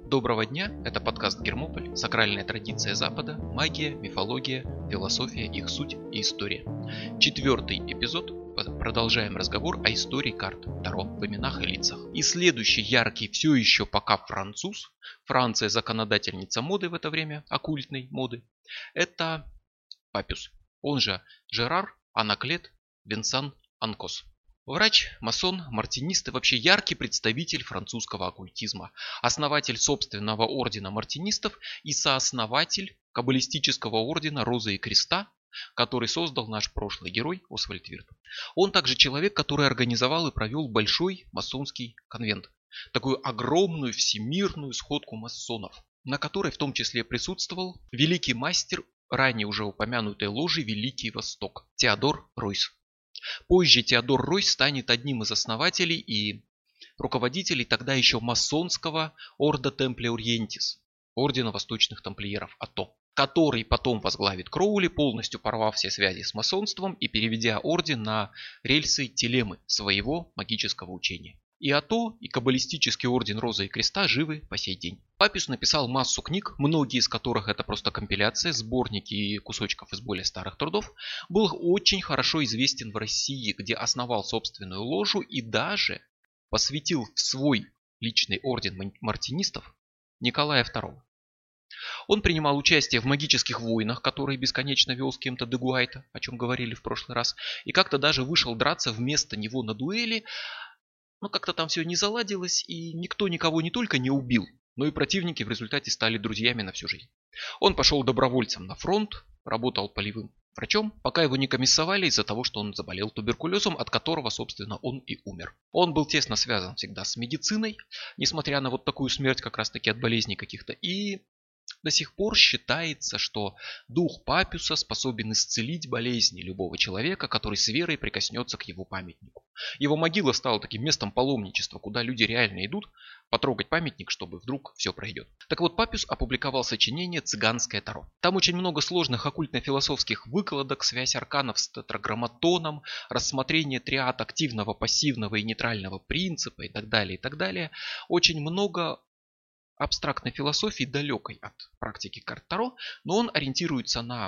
Доброго дня, это подкаст «Гермополь», сакральная традиция Запада, магия, мифология, философия, их суть и история. 4-й эпизод. Продолжаем разговор о истории карт Таро в именах и лицах. И следующий яркий все еще пока француз, Франция законодательница моды в это время, оккультной моды, это Папюс, он же Жерар Анаклет Винсан Анкос. Врач, масон, мартинист и вообще яркий представитель французского оккультизма, основатель собственного ордена мартинистов и сооснователь каббалистического ордена Розы и Креста, который создал наш прошлый герой Освальд Вирт. Он также человек, который организовал и провел большой масонский конвент, такую огромную всемирную сходку масонов, на которой в том числе присутствовал великий мастер ранее уже упомянутой ложи Великий Восток Теодор Ройс. Позже Теодор Ройс станет одним из основателей и руководителей тогда еще масонского Ордо Темпли Ориентис, ордена восточных тамплиеров АТО, который потом возглавит Кроули, полностью порвав все связи с масонством и переведя орден на рельсы телемы своего магического учения. И АТО, и каббалистический орден Розы и Креста живы по сей день. Папюс написал массу книг, многие из которых это просто компиляция, сборники и кусочков из более старых трудов. Был очень хорошо известен в России, где основал собственную ложу и даже посвятил в свой личный орден мартинистов Николая II. Он принимал участие в магических войнах, которые бесконечно вел с кем-то де Гуайта, о чем говорили в прошлый раз, и как-то даже вышел драться вместо него на дуэли. Но как-то там все не заладилось, и никто никого не только не убил, но и противники в результате стали друзьями на всю жизнь. Он пошел добровольцем на фронт, работал полевым врачом, пока его не комиссовали из-за того, что он заболел туберкулезом, от которого, собственно, он и умер. Он был тесно связан всегда с медициной, несмотря на вот такую смерть как раз-таки от болезней каких-то, и до сих пор считается, что дух Папюса способен исцелить болезни любого человека, который с верой прикоснется к его памятнику. Его могила стала таким местом паломничества, куда люди реально идут потрогать памятник, чтобы вдруг все пройдет. Так вот, Папюс опубликовал сочинение «Цыганское Таро». Там очень много сложных оккультно-философских выкладок, связь арканов с тетраграмматоном, рассмотрение триад активного, пассивного и нейтрального принципа и так далее, и так далее. Очень много абстрактной философии, далекой от практики карт Таро, но он ориентируется на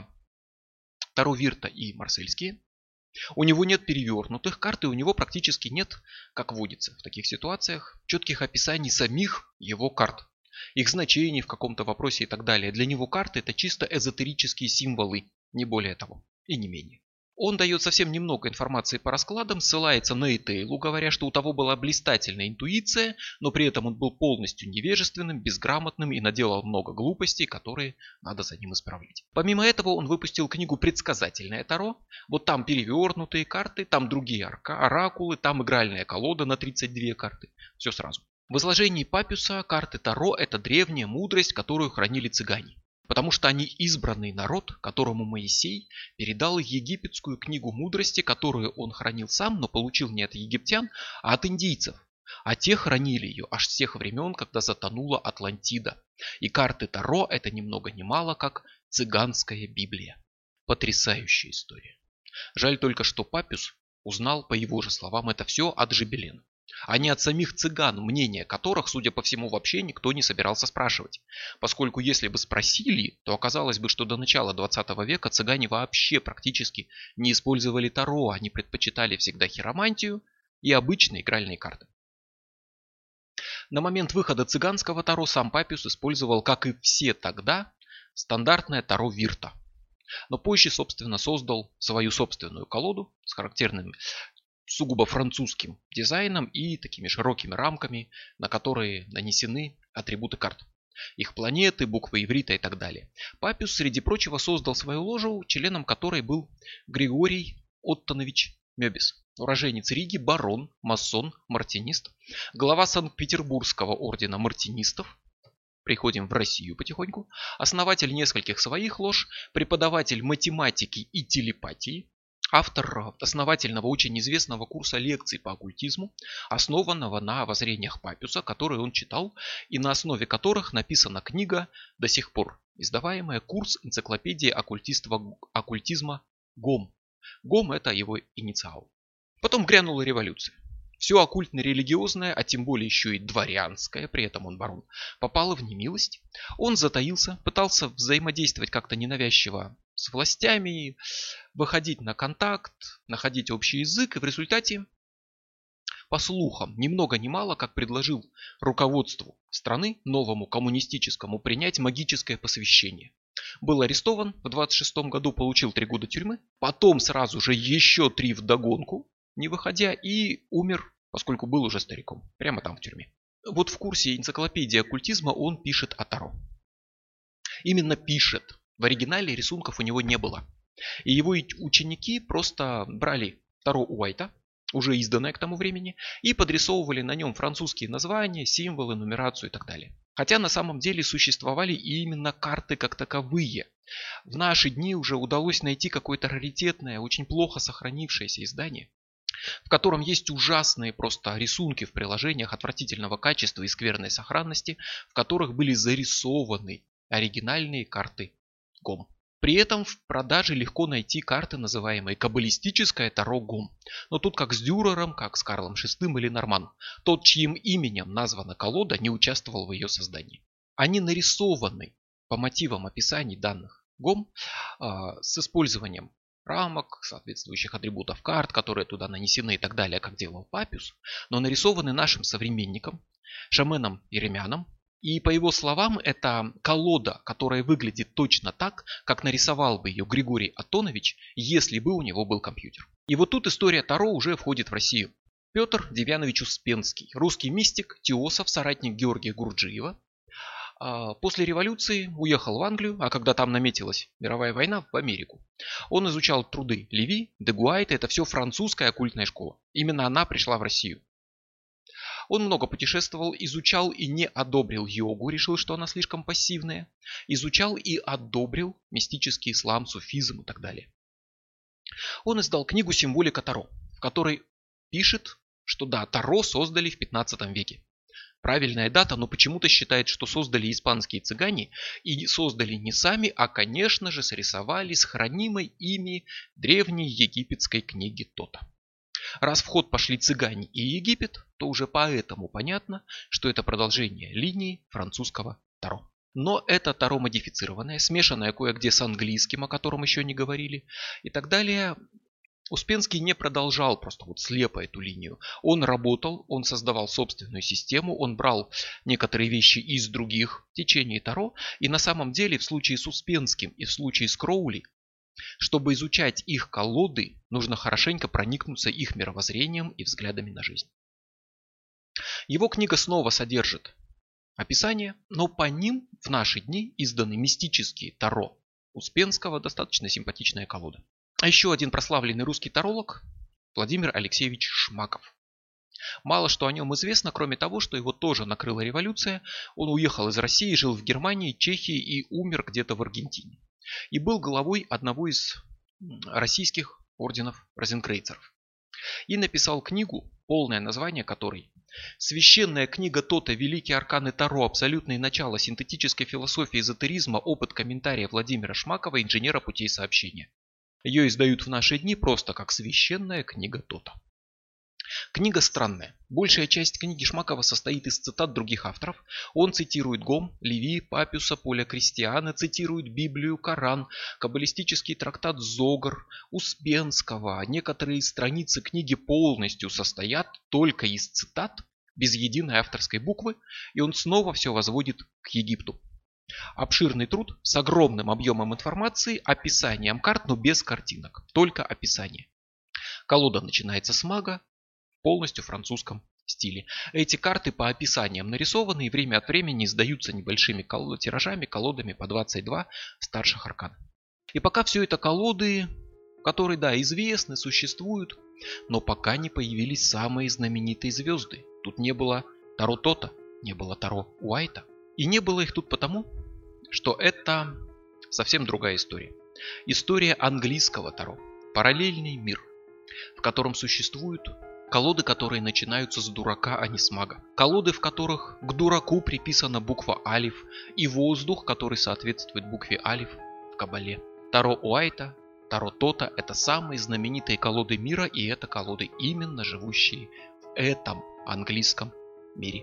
Таро Вирта и марсельские. У него нет перевернутых карт, и у него практически нет, как водится в таких ситуациях, четких описаний самих его карт, их значений в каком-то вопросе и так далее. Для него карты это чисто эзотерические символы, не более того и не менее. Он дает совсем немного информации по раскладам, ссылается на Этейлу, говоря, что у того была блистательная интуиция, но при этом он был полностью невежественным, безграмотным и наделал много глупостей, которые надо за ним исправлять. Помимо этого он выпустил книгу «Предсказательное Таро». Вот там перевернутые карты, там другие оракулы, там игральная колода на 32 карты. Все сразу. В изложении Папюса карты Таро – это древняя мудрость, которую хранили цыгане. Потому что они избранный народ, которому Моисей передал египетскую книгу мудрости, которую он хранил сам, но получил не от египтян, а от индийцев. А те хранили ее аж с тех времен, когда затонула Атлантида. И карты Таро это ни много ни мало, как цыганская Библия. Потрясающая история. Жаль только, что Папюс узнал, по его же словам, это все от Жебелен, а не от самих цыган, мнения которых, судя по всему, вообще никто не собирался спрашивать. Поскольку если бы спросили, то оказалось бы, что до начала 20 века цыгане вообще практически не использовали Таро, они предпочитали всегда хиромантию и обычные игральные карты. На момент выхода цыганского Таро сам Папюс использовал, как и все тогда, стандартное Таро Вирта. Но позже, собственно, создал свою собственную колоду с характерными сугубо французским дизайном и такими широкими рамками, на которые нанесены атрибуты карт. Их планеты, буквы иврита и так далее. Папюс, среди прочего, создал свою ложу, членом которой был Григорий Оттонович Мёбис, уроженец Риги, барон, масон, мартинист, глава Санкт-Петербургского ордена мартинистов. Приходим в Россию потихоньку. Основатель нескольких своих лож, преподаватель математики и телепатии, автор основательного очень известного курса лекций по оккультизму, основанного на воззрениях Папюса, которые он читал и на основе которых написана книга, до сих пор издаваемая, «Курс энциклопедии оккультизма ГОМ». ГОМ это его инициал. Потом грянула революция. Все оккультно-религиозное, а тем более еще и дворянское, при этом он барон, попало в немилость. Он затаился, пытался взаимодействовать как-то ненавязчиво с властями, выходить на контакт, находить общий язык, и в результате, по слухам, ни много ни мало, как предложил руководству страны, новому коммунистическому, принять магическое посвящение. Был арестован, в 26 году получил 3 года тюрьмы, потом сразу же еще 3 вдогонку, не выходя, и умер, поскольку был уже стариком, прямо там в тюрьме. Вот в курсе энциклопедии оккультизма он пишет о Таро. Именно пишет. В оригинале рисунков у него не было. И его ученики просто брали Таро Уайта, уже изданное к тому времени, и подрисовывали на нем французские названия, символы, нумерацию и так далее. Хотя на самом деле существовали и именно карты как таковые. В наши дни уже удалось найти какое-то раритетное, очень плохо сохранившееся издание, в котором есть ужасные просто рисунки в приложениях отвратительного качества и скверной сохранности, в которых были зарисованы оригинальные карты ГОМ. При этом в продаже легко найти карты, называемые каббалистическое Таро ГОМ. Но тут как с Дюрером, как с Карлом VI или Норман. Тот, чьим именем названа колода, не участвовал в ее создании. Они нарисованы по мотивам описаний данных ГОМ с использованием рамок, соответствующих атрибутов карт, которые туда нанесены и так далее, как делал Папиус, но нарисованы нашим современником, Шаменом Еремяном. И по его словам, это колода, которая выглядит точно так, как нарисовал бы ее Григорий Атонович, если бы у него был компьютер. И вот тут история Таро уже входит в Россию. Петр Девянович Успенский, русский мистик, теософ, соратник Георгия Гурджиева. После революции уехал в Англию, а когда там наметилась мировая война, в Америку. Он изучал труды Леви, де Гуайта, это все французская оккультная школа. Именно она пришла в Россию. Он много путешествовал, изучал и не одобрил йогу, решил, что она слишком пассивная. Изучал и одобрил мистический ислам, суфизм и так далее. Он издал книгу «Символика Таро», в которой пишет, что да, Таро создали в 15 веке. Правильная дата, но почему-то считает, что создали испанские цыгане и создали не сами, а, конечно же, срисовали с хранимой ими древней египетской книги Тота. Раз в ход пошли цыгане и Египет, то уже поэтому понятно, что это продолжение линии французского Таро. Но это Таро модифицированное, смешанное кое-где с английским, о котором еще не говорили, и так далее. Успенский не продолжал просто вот слепо эту линию. Он работал, он создавал собственную систему, он брал некоторые вещи из других течений Таро. И на самом деле в случае с Успенским и в случае с Кроули, чтобы изучать их колоды, нужно хорошенько проникнуться их мировоззрением и взглядами на жизнь. Его книга снова содержит описание, но по ним в наши дни изданы мистические Таро Успенского, достаточно симпатичная колода. А еще один прославленный русский таролог Владимир Алексеевич Шмаков. Мало что о нем известно, кроме того, что его тоже накрыла революция. Он уехал из России, жил в Германии, Чехии и умер где-то в Аргентине. И был главой одного из российских орденов розенкрейцеров. И написал книгу, полное название которой «Священная книга Тота, Великие арканы Таро, абсолютные начала синтетической философии эзотеризма, опыт комментария Владимира Шмакова, инженера путей сообщения». Ее издают в наши дни просто как «Священная книга Тота». Книга странная. Большая часть книги Шмакова состоит из цитат других авторов. Он цитирует Гом, Леви, Папиуса, Поля Кристиана, цитирует Библию, Коран, каббалистический трактат Зогар, Успенского. Некоторые страницы книги полностью состоят только из цитат, без единой авторской буквы, и он снова все возводит к Египту. Обширный труд с огромным объемом информации, описанием карт, но без картинок, только описание. Колода начинается с мага, полностью в французском стиле. Эти карты по описаниям нарисованы и время от времени издаются небольшими тиражами, колодами по 22 старших аркан. И пока все это колоды, которые, да, известны, существуют, но пока не появились самые знаменитые звезды. Тут не было Таро Тота, не было Таро Уайта. И не было их тут потому, что это совсем другая история. История английского Таро. Параллельный мир, в котором существуют колоды, которые начинаются с дурака, а не с мага. Колоды, в которых к дураку приписана буква Алиф и воздух, который соответствует букве Алиф в Кабале. Таро Уайта, Таро Тота – это самые знаменитые колоды мира, и это колоды, именно живущие в этом английском мире.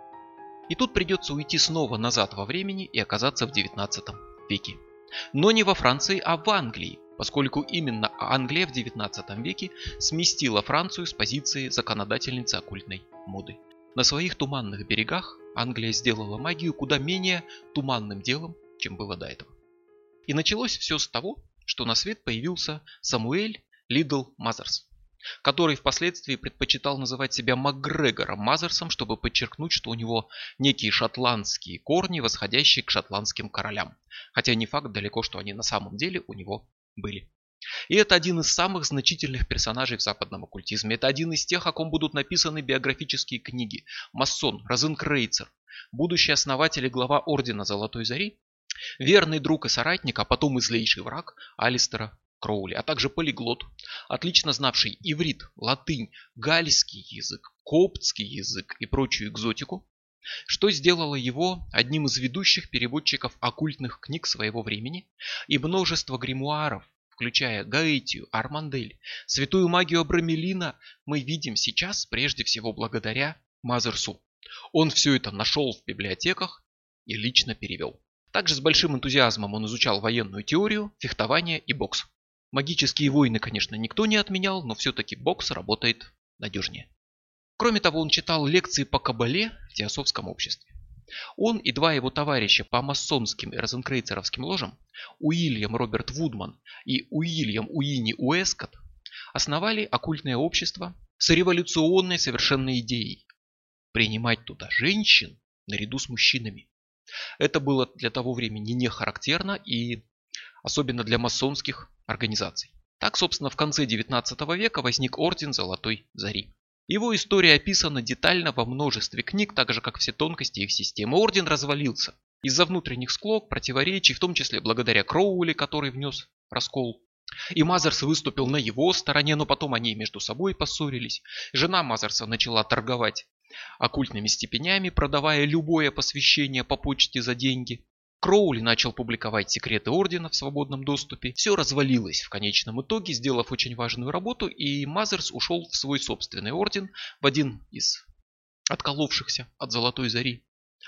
И тут придется уйти снова назад во времени и оказаться в 19 веке. Но не во Франции, а в Англии, поскольку именно Англия в 19 веке сместила Францию с позиции законодательницы оккультной моды. На своих туманных берегах Англия сделала магию куда менее туманным делом, чем было до этого. И началось все с того, что на свет появился Самуэль Лидл Мазерс, который впоследствии предпочитал называть себя Макгрегором Мазерсом, чтобы подчеркнуть, что у него некие шотландские корни, восходящие к шотландским королям. Хотя не факт далеко, что они на самом деле у него были. И это один из самых значительных персонажей в западном оккультизме. Это один из тех, о ком будут написаны биографические книги. Масон, Розенкрейцер, будущий основатель и глава Ордена Золотой Зари, верный друг и соратник, а потом и злейший враг Алистера Кроули, а также полиглот, отлично знавший иврит, латынь, галльский язык, коптский язык и прочую экзотику, что сделало его одним из ведущих переводчиков оккультных книг своего времени, и множество гримуаров, включая Гаэтию, Армандель, святую магию Абрамелина, мы видим сейчас прежде всего благодаря Мазерсу. Он все это нашел в библиотеках и лично перевел. Также с большим энтузиазмом он изучал военную теорию, фехтование и бокс. Магические войны, конечно, никто не отменял, но все-таки бокс работает надежнее. Кроме того, он читал лекции по кабале в теософском обществе. Он и два его товарища по масонским и розенкрейцеровским ложам, Уильям Роберт Вудман и Уильям Уинни Уэскотт, основали оккультное общество с революционной совершенной идеей – принимать туда женщин наряду с мужчинами. Это было для того времени не характерно и особенно для масонских организаций. Так, собственно, в конце 19 века возник Орден Золотой Зари. Его история описана детально во множестве книг, так же как все тонкости их системы. Орден развалился из-за внутренних склок, противоречий, в том числе благодаря Кроули, который внес раскол. И Мазерс выступил на его стороне, но потом они между собой поссорились. Жена Мазерса начала торговать оккультными степенями, продавая любое посвящение по почте за деньги. Кроули начал публиковать секреты Ордена в свободном доступе. Все развалилось в конечном итоге, сделав очень важную работу, и Мазерс ушел в свой собственный орден, в один из отколовшихся от Золотой Зари,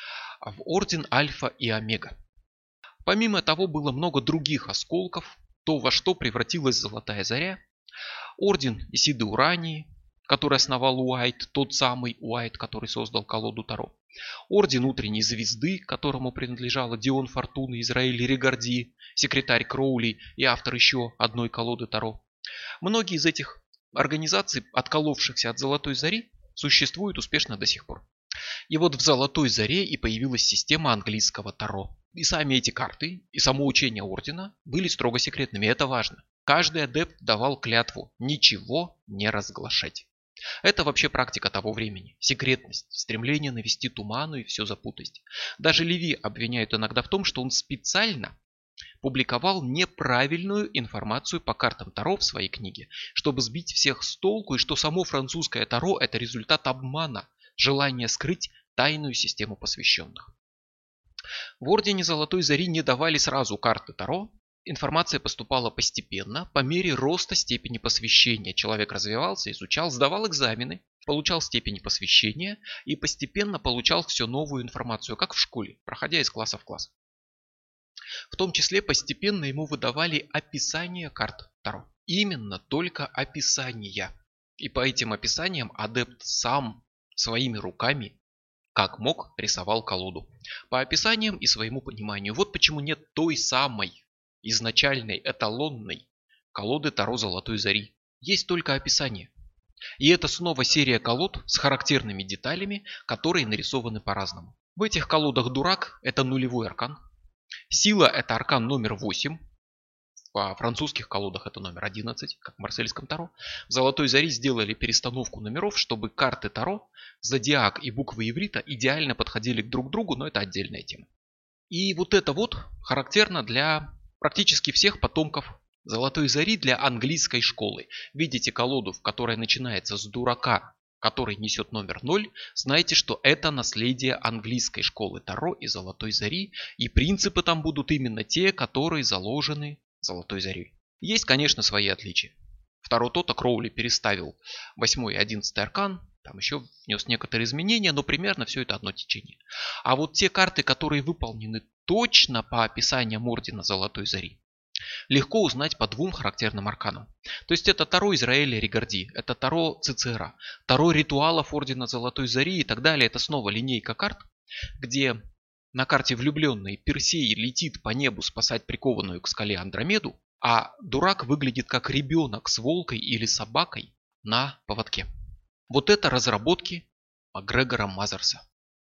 в Орден Альфа и Омега. Помимо того, было много других осколков, то, во что превратилась Золотая Заря. Орден Исиды Урании, который основал Уайт, тот самый Уайт, который создал колоду Таро. Орден Утренней Звезды, которому принадлежала Дион Фортуна, Израиль Регарди, секретарь Кроули и автор еще одной колоды Таро. Многие из этих организаций, отколовшихся от Золотой Зари, существуют успешно до сих пор. И вот в Золотой Заре и появилась система английского Таро. И сами эти карты, и само учение Ордена были строго секретными, это важно. Каждый адепт давал клятву ничего не разглашать. Это вообще практика того времени. Секретность, стремление навести туману и все запутать. Даже Леви обвиняют иногда в том, что он специально публиковал неправильную информацию по картам Таро в своей книге, чтобы сбить всех с толку, и что само французское Таро – это результат обмана, желание скрыть тайную систему посвященных. В Ордене Золотой Зари не давали сразу карты Таро. Информация поступала постепенно, по мере роста степени посвящения. Человек развивался, изучал, сдавал экзамены, получал степень посвящения и постепенно получал все новую информацию, как в школе, проходя из класса в класс. В том числе постепенно ему выдавали описание карт Таро. Именно только описания. И по этим описаниям адепт сам своими руками, как мог, рисовал колоду. По описаниям и своему пониманию. Вот почему нет той самой изначальной эталонной колоды Таро Золотой Зари. Есть только описание. И это снова серия колод с характерными деталями, которые нарисованы по-разному. В этих колодах дурак – это нулевой аркан. Сила – это аркан номер 8. Во французских колодах это номер 11, как в марсельском Таро. В Золотой Зари сделали перестановку номеров, чтобы карты Таро, зодиак и буквы иврита идеально подходили друг к другу, но это отдельная тема. И вот это вот характерно для практически всех потомков Золотой Зари, для английской школы. Видите колоду, в которой начинается с дурака, который несет номер 0, знаете, что это наследие английской школы Таро и Золотой Зари, и принципы там будут именно те, которые заложены Золотой Зарей. Есть, конечно, свои отличия. В Таро Тота Кроули переставил 8 и 11 аркан, Там еще внес некоторые изменения, но примерно все это одно течение. А вот те карты, которые выполнены точно по описаниям Ордена Золотой Зари, легко узнать по двум характерным арканам. То есть это Таро Израиля Ригарди, это Таро Цицера, Таро ритуалов Ордена Золотой Зари и так далее. Это снова линейка карт, где на карте влюбленный Персей летит по небу спасать прикованную к скале Андромеду, а дурак выглядит как ребенок с волкой или собакой на поводке. Вот это разработки Макгрегора Мазерса.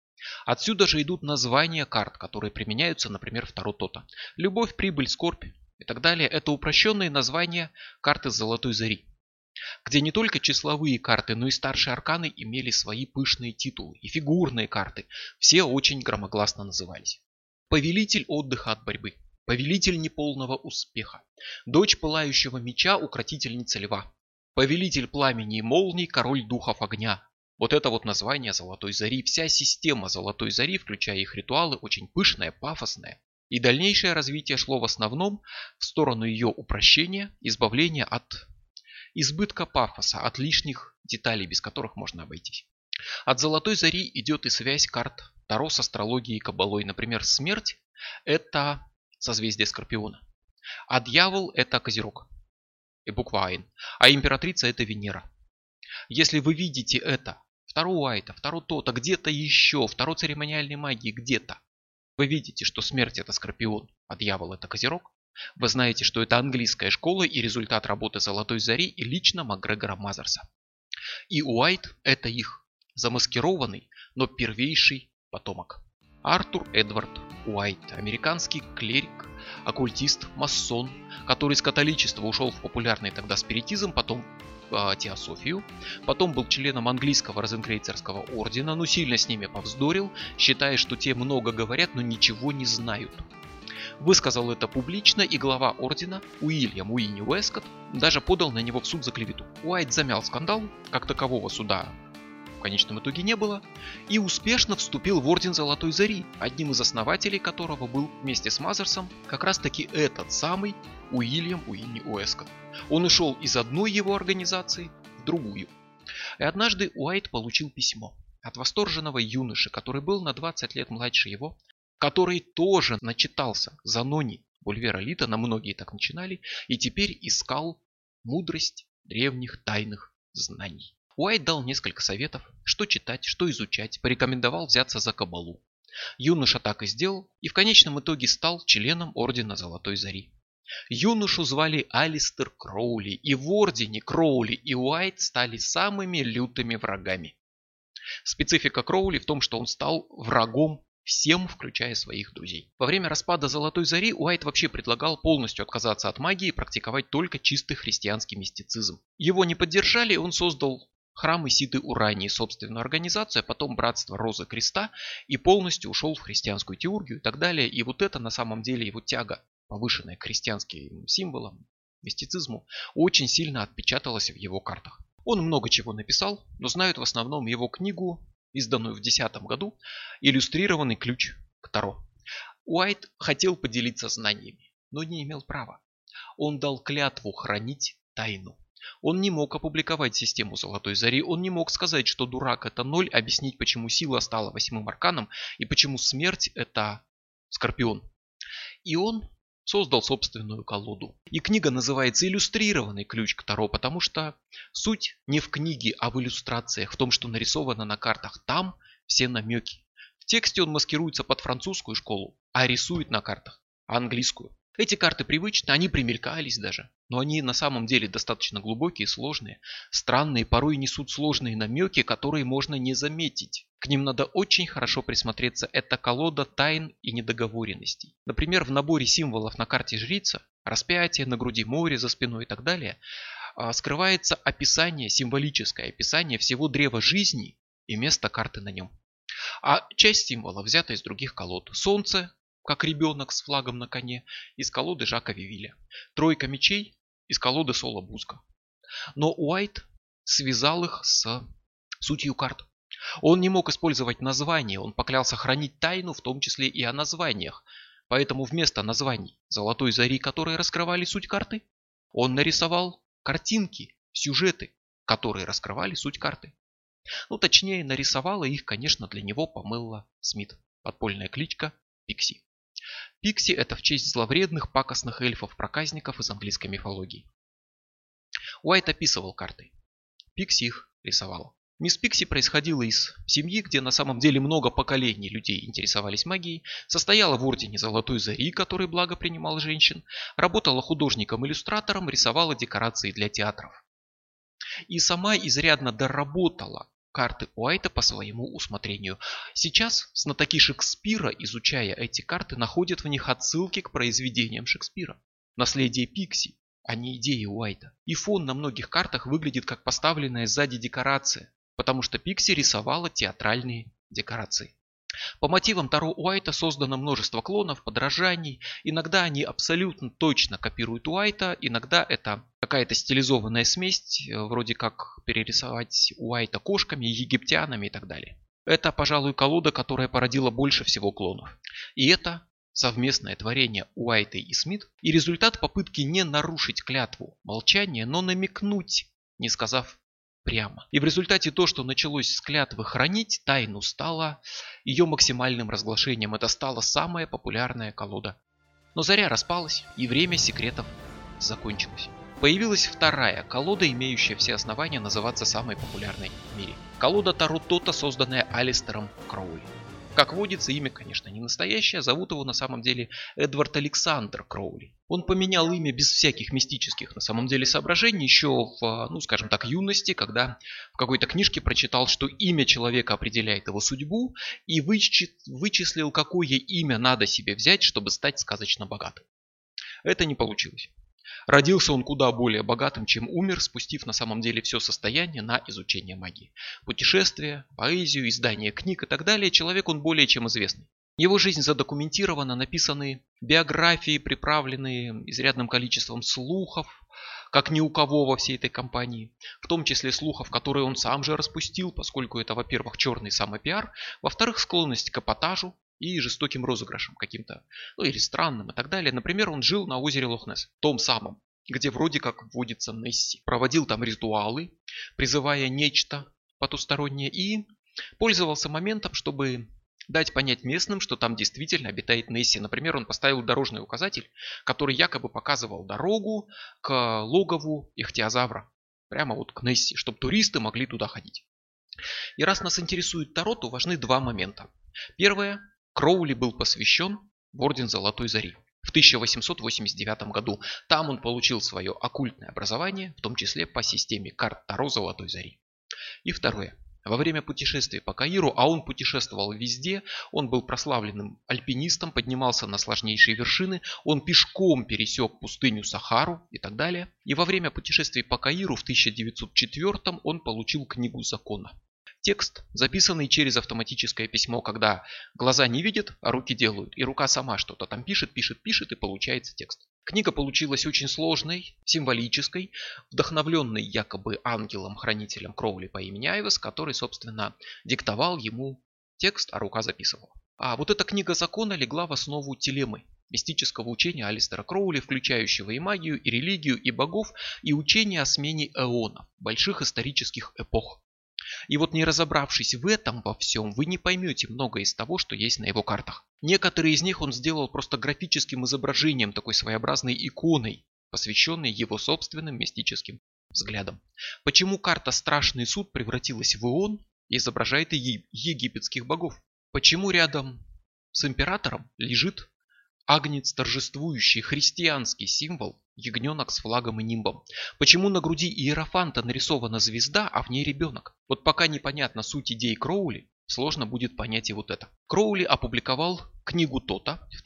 Отсюда же идут названия карт, которые применяются, например, в Таро Тота. Любовь, прибыль, скорбь и так далее. Это упрощенные названия карты Золотой Зари, где не только числовые карты, но и старшие арканы имели свои пышные титулы. И фигурные карты. Все очень громогласно назывались. Повелитель отдыха от борьбы. Повелитель неполного успеха. Дочь пылающего меча, укротительница льва. Повелитель пламени и молний, король духов огня. Вот это вот название Золотой Зари. Вся система Золотой Зари, включая их ритуалы, очень пышная, пафосная. И дальнейшее развитие шло в основном в сторону ее упрощения, избавления от избытка пафоса, от лишних деталей, без которых можно обойтись. От Золотой Зари идет и связь карт Таро с астрологией и кабалой. Например, смерть – это созвездие Скорпиона, а дьявол – это Козерог и буква Айн, а императрица – это Венера. Если вы видите это в Таро Уайта, в Таро Тота, где-то еще, в Таро церемониальной магии где-то, вы видите, что смерть – это Скорпион, а дьявол – это Козерог, вы знаете, что это английская школа и результат работы Золотой Зари и лично Макгрегора Мазерса. И Уайт – это их замаскированный, но первейший потомок. Артур Эдвард Уайт, американский клирик, оккультист, масон, который из католичества ушел в популярный тогда спиритизм, потом в теософию, потом был членом английского розенкрейцерского ордена, но сильно с ними повздорил, считая, что те много говорят, но ничего не знают. Высказал это публично, и глава ордена Уильям Уинни Уэскотт даже подал на него в суд за клевету. Уайт замял скандал, как такового суда в конечном итоге не было, и успешно вступил в Орден Золотой Зари, одним из основателей которого был вместе с Мазерсом как раз таки этот самый Уильям Уинни Уэскотт. Он ушел из одной его организации в другую. И однажды Уайт получил письмо от восторженного юноши, который был на 20 лет младше его, который тоже начитался Занони Бульвера Литтона, многие так начинали, и теперь искал мудрость древних тайных знаний. Уайт дал несколько советов, что читать, что изучать, порекомендовал взяться за кабалу. Юноша так и сделал, и в конечном итоге стал членом Ордена Золотой Зари. Юношу звали Алистер Кроули, и в Ордене Кроули и Уайт стали самыми лютыми врагами. Специфика Кроули в том, что он стал врагом всем, включая своих друзей. Во время распада Золотой Зари Уайт вообще предлагал полностью отказаться от магии и практиковать только чистый христианский мистицизм. Его не поддержали, и он создал храм Исиды Урании, собственную организацию, а потом Братство Розы Креста, и полностью ушел в христианскую теургию и так далее. И вот это на самом деле его тяга, повышенная к христианским символам, мистицизму, очень сильно отпечаталась в его картах. Он много чего написал, но знают в основном его книгу, изданную в 2010 году, «Иллюстрированный ключ к Таро». Уайт хотел поделиться знаниями, но не имел права. Он дал клятву хранить тайну. Он не мог опубликовать систему Золотой Зари, он не мог сказать, что дурак это 0, объяснить, почему сила стала 8-м арканом и почему смерть это Скорпион. И он создал собственную колоду. И книга называется «Иллюстрированный ключ к Таро», потому что суть не в книге, а в иллюстрациях, в том, что нарисовано на картах. Там все намеки. В тексте он маскируется под французскую школу, а рисует на картах английскую. Эти карты привычны, они примелькались даже, но они на самом деле достаточно глубокие, сложные, странные, порой несут сложные намеки, которые можно не заметить. К ним надо очень хорошо присмотреться. Это колода тайн и недоговоренностей. Например, в наборе символов на карте жрица, распятие, на груди море, за спиной и так далее, скрывается описание, символическое описание всего древа жизни и места карты на нем. А часть символа взята из других колод. Солнце, как ребенок с флагом на коне, из колоды Жака Вивиля. Тройка мечей из колоды Соло Бузка. Но Уайт связал их с сутью карт. Он не мог использовать названия, он поклялся хранить тайну, в том числе и о названиях. Поэтому вместо названий Золотой Зари, которые раскрывали суть карты, он нарисовал картинки, сюжеты, которые раскрывали суть карты. Ну, точнее, нарисовала их, конечно, для него Памела Смит. Подпольная кличка Пикси. Пикси — это в честь зловредных, пакостных эльфов-проказников из английской мифологии. Уайт описывал карты. Пикси их рисовала. Мисс Пикси происходила из семьи, где на самом деле много поколений людей интересовались магией, состояла в ордене Золотой Зари, который благо принимал женщин, работала художником-иллюстратором, рисовала декорации для театров. И сама изрядно доработала карты Уайта по своему усмотрению. Сейчас знатоки Шекспира, изучая эти карты, находят в них отсылки к произведениям Шекспира. Наследие Пикси, а не идеи Уайта. И фон на многих картах выглядит как поставленная сзади декорация, потому что Пикси рисовала театральные декорации. По мотивам Таро Уайта создано множество клонов, подражаний. Иногда они абсолютно точно копируют Уайта, иногда это какая-то стилизованная смесь, вроде как перерисовать Уайта кошками, египтянами и так далее. Это, пожалуй, колода, которая породила больше всего клонов. И это совместное творение Уайта и Смит, и результат попытки не нарушить клятву молчания, но намекнуть, не сказав прямо. И в результате то, что началось с клятвы хранить тайну, стало ее максимальным разглашением. Это стала самая популярная колода. Но заря распалась, и время секретов закончилось. Появилась вторая колода, имеющая все основания называться самой популярной в мире. Колода Таро Тота, созданная Алистером Кроули. Как водится, имя, конечно, не настоящее, зовут его на самом деле Эдвард Александр Кроули. Он поменял имя без всяких мистических на самом деле соображений еще в, скажем так, юности, когда в какой-то книжке прочитал, что имя человека определяет его судьбу, и вычислил, какое имя надо себе взять, чтобы стать сказочно богатым. Это не получилось. Родился он куда более богатым, чем умер, спустив на самом деле все состояние на изучение магии. Путешествия, поэзию, издание книг и так далее. Человек он более чем известный. Его жизнь задокументирована, написаны биографии, приправленные изрядным количеством слухов, как ни у кого во всей этой компании. В том числе слухов, которые он сам же распустил, поскольку это, во-первых, черный самопиар, во-вторых, склонность к эпатажу и жестоким розыгрышам каким-то, или странным и так далее. Например, он жил на озере Лох-Несс, том самом, где вроде как водится Несси. Проводил там ритуалы, призывая нечто потустороннее, и пользовался моментом, чтобы дать понять местным, что там действительно обитает Несси. Например, он поставил дорожный указатель, который якобы показывал дорогу к логову ихтиозавра. Прямо вот к Несси, чтобы туристы могли туда ходить. И раз нас интересует Таро, то важны два момента. Первое. Кроули был посвящен в орден Золотой Зари в 1889 году. Там он получил свое оккультное образование, в том числе по системе карт Таро Золотой Зари. И второе. Во время путешествий по Каиру, а он путешествовал везде, он был прославленным альпинистом, поднимался на сложнейшие вершины, он пешком пересек пустыню Сахару и так далее. И во время путешествий по Каиру в 1904 он получил книгу закона. Текст, записанный через автоматическое письмо, когда глаза не видят, а руки делают. И рука сама что-то там пишет, и получается текст. Книга получилась очень сложной, символической, вдохновленной якобы ангелом-хранителем Кроули по имени Айвес, который, собственно, диктовал ему текст, а рука записывала. А вот эта книга закона легла в основу телемы, мистического учения Алистера Кроули, включающего и магию, и религию, и богов, и учение о смене эонов, больших исторических эпох. И вот не разобравшись в этом во всем, вы не поймете многое из того, что есть на его картах. Некоторые из них он сделал просто графическим изображением, такой своеобразной иконой, посвященной его собственным мистическим взглядам. Почему карта «Страшный суд» превратилась в Ион и изображает египетских богов? Почему рядом с императором лежит агнец торжествующий, христианский символ, ягненок с флагом и нимбом? Почему на груди иерофанта нарисована звезда, а в ней ребенок? Вот пока непонятна суть идей Кроули, сложно будет понять и вот это. Кроули опубликовал книгу Тота в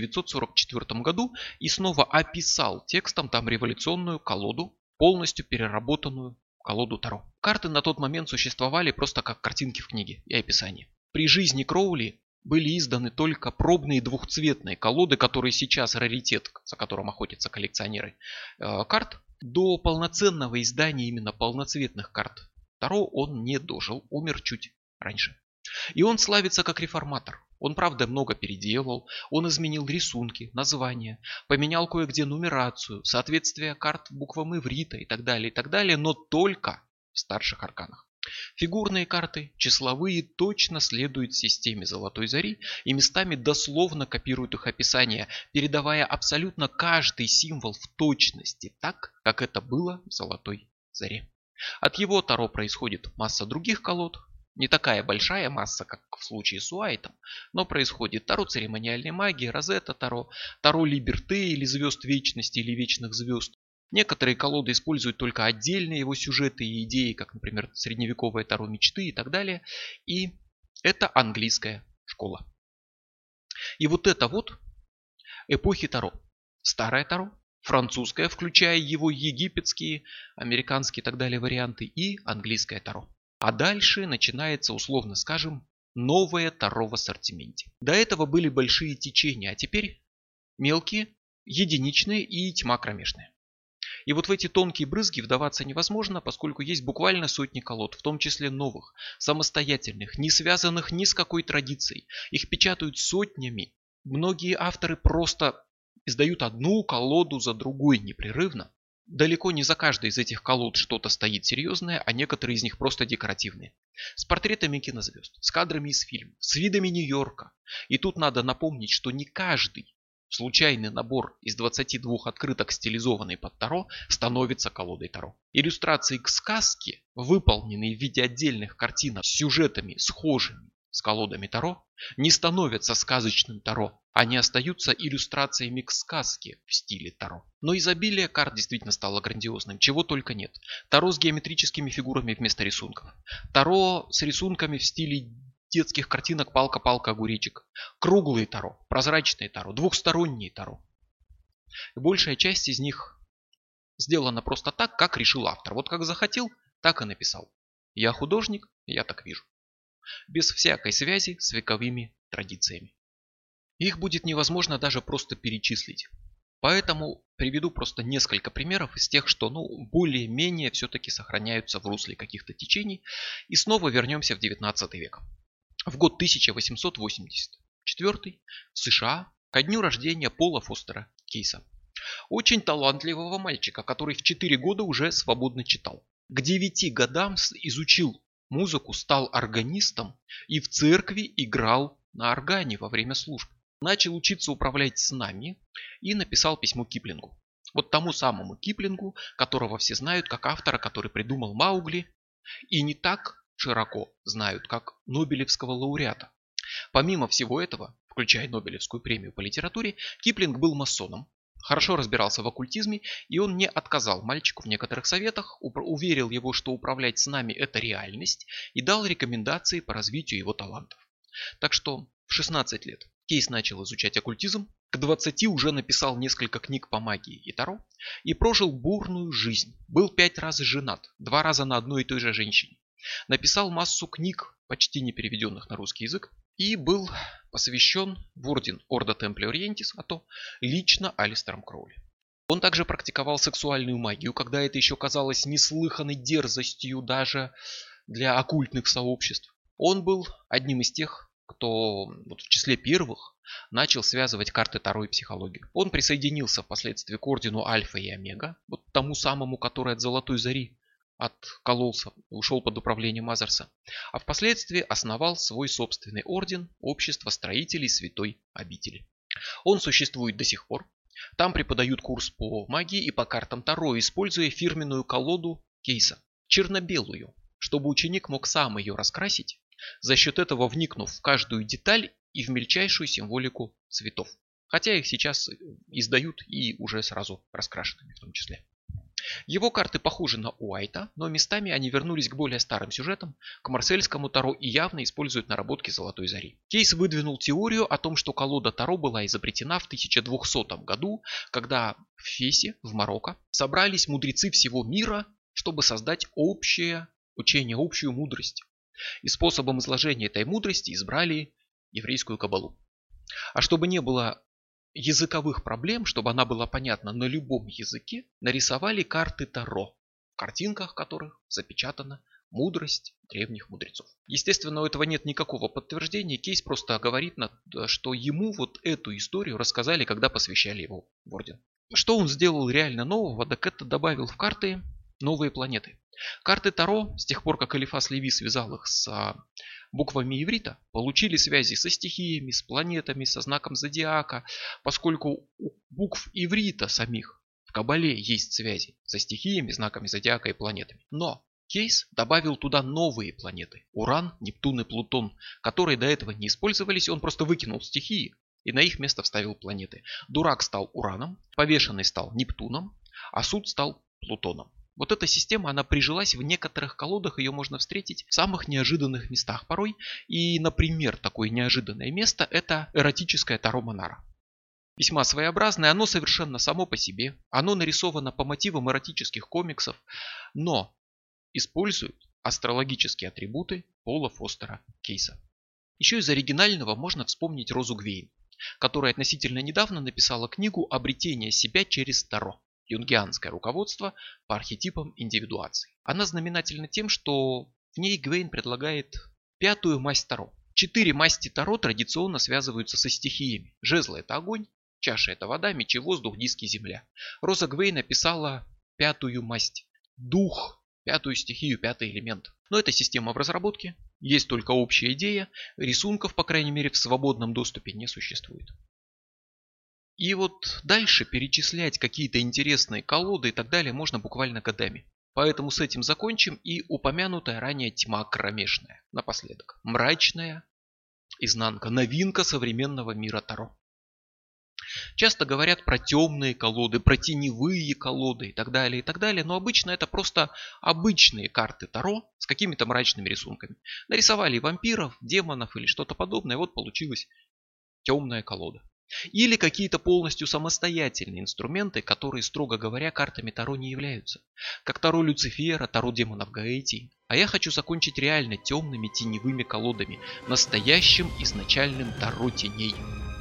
1944 году и снова описал текстом там революционную колоду, полностью переработанную колоду Таро. Карты на тот момент существовали просто как картинки в книге и описании. При жизни Кроули были изданы только пробные двухцветные колоды, которые сейчас раритет, за которым охотятся коллекционеры карт. До полноценного издания именно полноцветных карт Таро он не дожил, умер чуть раньше. И он славится как реформатор. Он, правда, много переделал, он изменил рисунки, названия, поменял кое-где нумерацию, соответствие карт буквам иврита и так далее, но только в старших арканах. Фигурные карты, числовые, точно следуют системе Золотой Зари и местами дословно копируют их описание, передавая абсолютно каждый символ в точности так, как это было в Золотой Заре. От его Таро происходит масса других колод, не такая большая масса, как в случае с Уайтом, но происходит Таро церемониальной магии, Розетта Таро, Таро Либерте или Звезд Вечности или Вечных Звезд. Некоторые колоды используют только отдельные его сюжеты и идеи, как, например, средневековое Таро мечты и так далее. И это английская школа. И вот это вот эпохи Таро. Старое Таро, французское, включая его египетские, американские и так далее варианты, и английское Таро. А дальше начинается, условно скажем, новое Таро в ассортименте. До этого были большие течения, а теперь мелкие, единичные и тьма кромешная. И вот в эти тонкие брызги вдаваться невозможно, поскольку есть буквально сотни колод, в том числе новых, самостоятельных, не связанных ни с какой традицией. Их печатают сотнями. Многие авторы просто издают одну колоду за другой непрерывно. Далеко не за каждой из этих колод что-то стоит серьезное, а некоторые из них просто декоративные. С портретами кинозвезд, с кадрами из фильмов, с видами Нью-Йорка. И тут надо напомнить, что не каждый случайный набор из 22 открыток, стилизованный под Таро, становится колодой Таро. Иллюстрации к сказке, выполненные в виде отдельных картинок с сюжетами, схожими с колодами Таро, не становятся сказочным Таро, они остаются иллюстрациями к сказке в стиле Таро. Но изобилие карт действительно стало грандиозным, чего только нет. Таро с геометрическими фигурами вместо рисунков. Таро с рисунками в стиле детских картинок «Палка-палка, огуречек». Круглые Таро, прозрачные Таро, двухсторонние Таро. И большая часть из них сделана просто так, как решил автор. Вот как захотел, так и написал. Я художник, я так вижу. Без всякой связи с вековыми традициями. Их будет невозможно даже просто перечислить. Поэтому приведу просто несколько примеров из тех, что более-менее все-таки сохраняются в русле каких-то течений. И снова вернемся в 19 век. В год 1884 в США ко дню рождения Пола Фостера Кейса. Очень талантливого мальчика, который в 4 года уже свободно читал. К 9 годам изучил музыку, стал органистом и в церкви играл на органе во время служб. Начал учиться управлять снами и написал письмо Киплингу. Вот тому самому Киплингу, которого все знают как автора, который придумал Маугли, и не так широко знают, как Нобелевского лауреата. Помимо всего этого, включая Нобелевскую премию по литературе, Киплинг был масоном, хорошо разбирался в оккультизме, и он не отказал мальчику в некоторых советах, уверил его, что управлять снами – это реальность, и дал рекомендации по развитию его талантов. Так что в 16 лет Кейс начал изучать оккультизм, к 20 уже написал несколько книг по магии и Таро и прожил бурную жизнь. Был 5 раз женат, 2 раза на одной и той же женщине. Написал массу книг, почти не переведенных на русский язык, и был посвящен в орден Ордо Темпли Ориентис, а то лично Алистером Кроули. Он также практиковал сексуальную магию, когда это еще казалось неслыханной дерзостью даже для оккультных сообществ. Он был одним из тех, кто в числе первых начал связывать карты Таро и психологию. Он присоединился впоследствии к ордену Альфа и Омега, вот тому самому, который от Золотой Зари откололся, ушел под управление Мазерса, а впоследствии основал свой собственный орден Общество строителей Святой Обители. Он существует до сих пор. Там преподают курс по магии и по картам Таро, используя фирменную колоду Кейса, черно-белую, чтобы ученик мог сам ее раскрасить, за счет этого вникнув в каждую деталь и в мельчайшую символику цветов. Хотя их сейчас издают и уже сразу раскрашенными в том числе. Его карты похожи на Уайта, но местами они вернулись к более старым сюжетам, к марсельскому Таро и явно используют наработки Золотой Зари. Кейс выдвинул теорию о том, что колода Таро была изобретена в 1200 году, когда в Фесе, в Марокко, собрались мудрецы всего мира, чтобы создать общее учение, общую мудрость. И способом изложения этой мудрости избрали еврейскую каббалу. А чтобы не было языковых проблем, чтобы она была понятна на любом языке, нарисовали карты Таро, в картинках которых запечатана мудрость древних мудрецов. Естественно, у этого нет никакого подтверждения, Кейс просто говорит, что ему вот эту историю рассказали, когда посвящали его в орден. Что он сделал реально нового, так это добавил в карты новые планеты. Карты Таро, с тех пор как Элифас Леви связал их с буквами иврита, получили связи со стихиями, с планетами, со знаком зодиака, поскольку у букв иврита самих в Кабале есть связи со стихиями, знаками зодиака и планетами. Но Кейс добавил туда новые планеты – Уран, Нептун и Плутон, которые до этого не использовались, он просто выкинул стихии и на их место вставил планеты. Дурак стал Ураном, повешенный стал Нептуном, а суд стал Плутоном. Вот эта система, она прижилась в некоторых колодах, ее можно встретить в самых неожиданных местах порой. И, например, такое неожиданное место – это эротическое Таро Монара. Весьма своеобразное, оно совершенно само по себе, оно нарисовано по мотивам эротических комиксов, но использует астрологические атрибуты Пола Фостера Кейса. Еще из оригинального можно вспомнить Розу Гвейн, которая относительно недавно написала книгу «Обретение себя через Таро». Юнгианское руководство по архетипам индивидуации. Она знаменательна тем, что в ней Гвейн предлагает пятую масть Таро. 4 масти Таро традиционно связываются со стихиями. Жезлы – это огонь, чаша – это вода, мечи – воздух, диски – земля. Роза Гвейн описала пятую масть – дух, пятую стихию, пятый элемент. Но эта система в разработке, есть только общая идея, рисунков, по крайней мере, в свободном доступе не существует. И вот дальше перечислять какие-то интересные колоды и так далее можно буквально годами. Поэтому с этим закончим и упомянутая ранее тьма кромешная. Напоследок. Мрачная изнанка. Новинка современного мира Таро. Часто говорят про темные колоды, про теневые колоды и так далее, но обычно это просто обычные карты Таро с какими-то мрачными рисунками. Нарисовали вампиров, демонов или что-то подобное, вот получилась темная колода. Или какие-то полностью самостоятельные инструменты, которые, строго говоря, картами Таро не являются. Как Таро Люцифера, Таро демонов Гаэтии. А я хочу закончить реально темными теневыми колодами, настоящим изначальным Таро теней.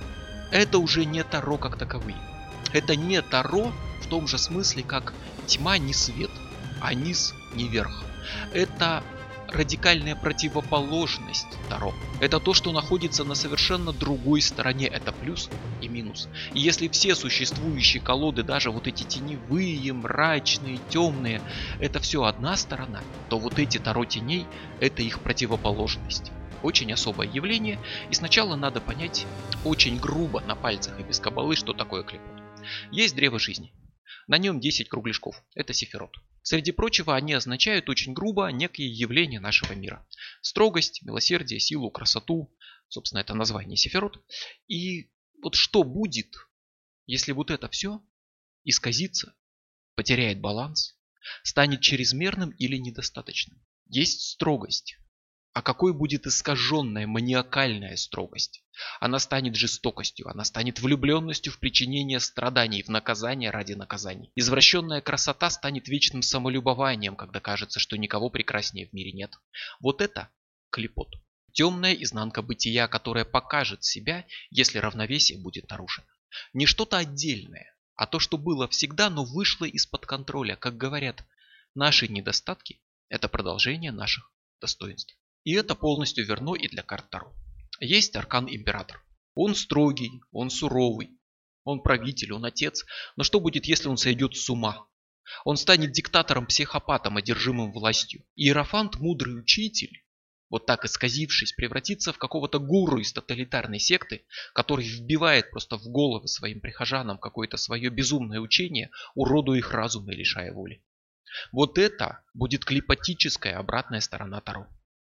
Это уже не Таро как таковые. Это не Таро в том же смысле, как тьма не свет, а низ не верх. Это радикальная противоположность Таро. Это то, что находится на совершенно другой стороне. Это плюс и минус. И если все существующие колоды, даже вот эти теневые, мрачные, темные, это все одна сторона, то вот эти Таро теней – это их противоположность. Очень особое явление. И сначала надо понять очень грубо на пальцах и без кабалы, что такое клепот. Есть древо жизни. На нем 10 кругляшков. Это сефирот. Среди прочего, они означают очень грубо некие явления нашего мира. Строгость, милосердие, силу, красоту. Собственно, это название сефирот. И вот что будет, если вот это все исказится, потеряет баланс, станет чрезмерным или недостаточным? Есть строгость. А какой будет искаженная маниакальная строгость? Она станет жестокостью, она станет влюбленностью в причинение страданий, в наказание ради наказаний. Извращенная красота станет вечным самолюбованием, когда кажется, что никого прекраснее в мире нет. Вот это клепот. Темная изнанка бытия, которая покажет себя, если равновесие будет нарушено. Не что-то отдельное, а то, что было всегда, но вышло из-под контроля. Как говорят, наши недостатки – это продолжение наших достоинств. И это полностью верно и для карт Таро. Есть аркан император. Он строгий, он суровый, он правитель, он отец. Но что будет, если он сойдет с ума? Он станет диктатором-психопатом, одержимым властью. Иерофант, мудрый учитель, вот так исказившись, превратится в какого-то гуру из тоталитарной секты, который вбивает просто в головы своим прихожанам какое-то свое безумное учение, уродуя их разум и лишая воли. Вот это будет клепотическая обратная сторона Таро.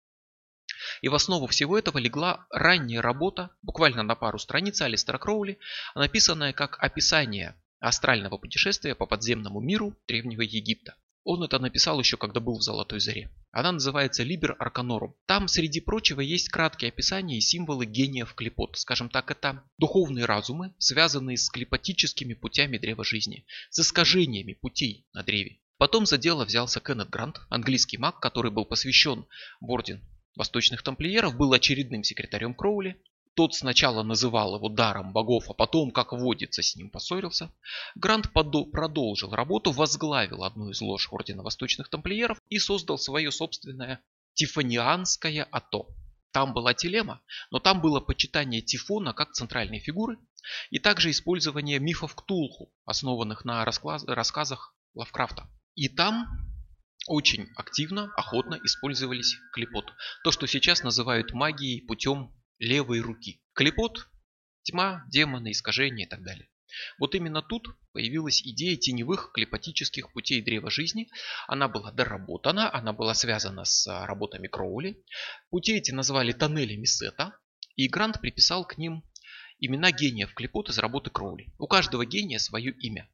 И в основу всего этого легла ранняя работа, буквально на пару страниц Алистера Кроули, написанная как описание астрального путешествия по подземному миру Древнего Египта. Он это написал еще когда был в Золотой Заре. Она называется Liber Arcanorum. Там, среди прочего, есть краткие описания и символы гениев клепот. Скажем так, это духовные разумы, связанные с клепотическими путями древа жизни, с искажениями путей на древе. Потом за дело взялся Кеннет Грант, английский маг, который был посвящен в орден Восточных Тамплиеров, был очередным секретарем Кроули. Тот сначала называл его даром богов, а потом, как водится, с ним поссорился. Грант продолжил работу, возглавил одну из лож ордена Восточных Тамплиеров и создал свое собственное Тифонианское ато. Там была телема, но там было почитание Тифона как центральной фигуры и также использование мифов Ктулху, основанных на рассказах Лавкрафта. И там очень активно, охотно использовались клепот. То, что сейчас называют магией путем левой руки. Клепот – тьма, демоны, искажения и так далее. Вот именно тут появилась идея теневых клепатических путей древа жизни. Она была доработана, она была связана с работами Кроули. Пути эти назвали тоннелями Сета, и Грант приписал к ним имена гениев клепот из работы Кроули. У каждого гения свое имя.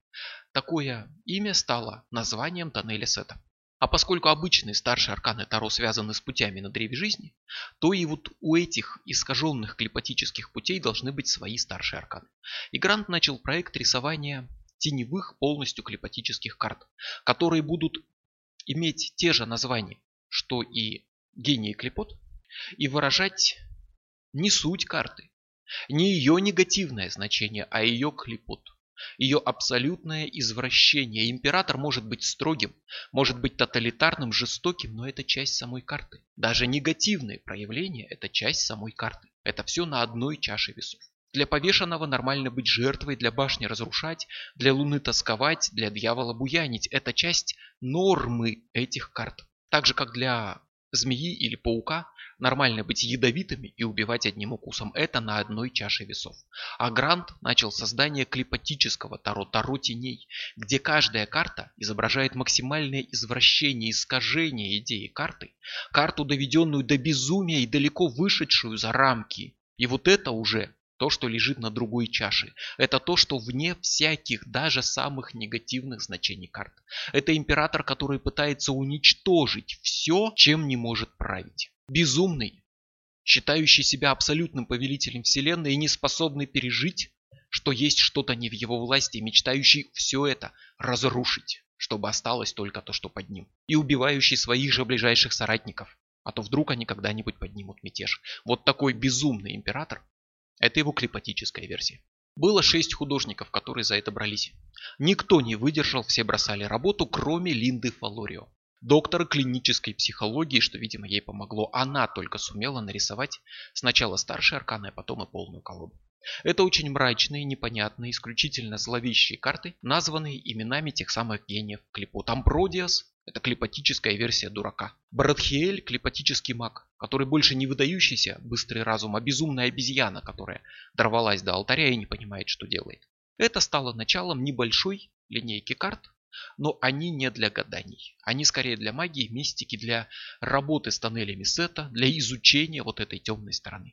Такое имя стало названием тоннеля Сета. А поскольку обычные старшие арканы Таро связаны с путями на древе жизни, то и вот у этих искаженных клепатических путей должны быть свои старшие арканы. И Грант начал проект рисования теневых полностью клепатических карт, которые будут иметь те же названия, что и гении клепот, и выражать не суть карты, не ее негативное значение, а ее клепот. Ее абсолютное извращение. Император может быть строгим, может быть тоталитарным, жестоким, но это часть самой карты. Даже негативные проявления – это часть самой карты. Это все на одной чаше весов. Для повешенного нормально быть жертвой, для башни разрушать, для луны тосковать, для дьявола буянить. Это часть нормы этих карт. Так же, как для змеи или паука нормально быть ядовитыми и убивать одним укусом. Это на одной чаше весов. А Грант начал создание клепатического Таро, Таро теней, где каждая карта изображает максимальное извращение, искажение идеи карты, карту, доведенную до безумия и далеко вышедшую за рамки. И вот это уже то, что лежит на другой чаше. Это то, что вне всяких, даже самых негативных значений карт. Это император, который пытается уничтожить все, чем не может править. Безумный, считающий себя абсолютным повелителем вселенной и не способный пережить, что есть что-то не в его власти, мечтающий все это разрушить, чтобы осталось только то, что под ним. И убивающий своих же ближайших соратников, а то вдруг они когда-нибудь поднимут мятеж. Вот такой безумный император. Это его клепатическая версия. Было 6 художников, которые за это брались. Никто не выдержал, все бросали работу, кроме Линды Фалорио. Доктора клинической психологии, что, видимо, ей помогло. Она только сумела нарисовать сначала старшие арканы, а потом и полную колоду. Это очень мрачные, непонятные, исключительно зловещие карты, названные именами тех самых гениев клепот. Амбродиас – это клепатическая версия дурака. Баратхиэль – клепатический маг, который больше не выдающийся быстрый разум, а безумная обезьяна, которая дорвалась до алтаря и не понимает, что делает. Это стало началом небольшой линейки карт, но они не для гаданий. Они скорее для магии, мистики, для работы с тоннелями Сета, для изучения вот этой темной стороны.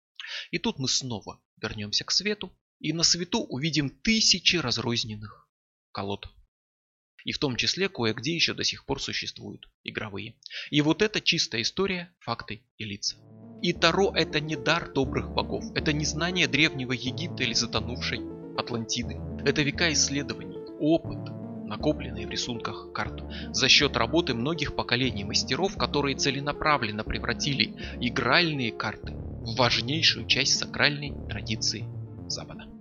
И тут мы снова вернемся к свету, и на свету увидим тысячи разрозненных колод. И в том числе кое-где еще до сих пор существуют игровые. И вот это чистая история, факты и лица. И Таро – это не дар добрых богов, это не знание древнего Египта или затонувшей Атлантиды. Это века исследований, опыт, накопленный в рисунках карт, за счет работы многих поколений мастеров, которые целенаправленно превратили игральные карты в важнейшую часть сакральной традиции Запада.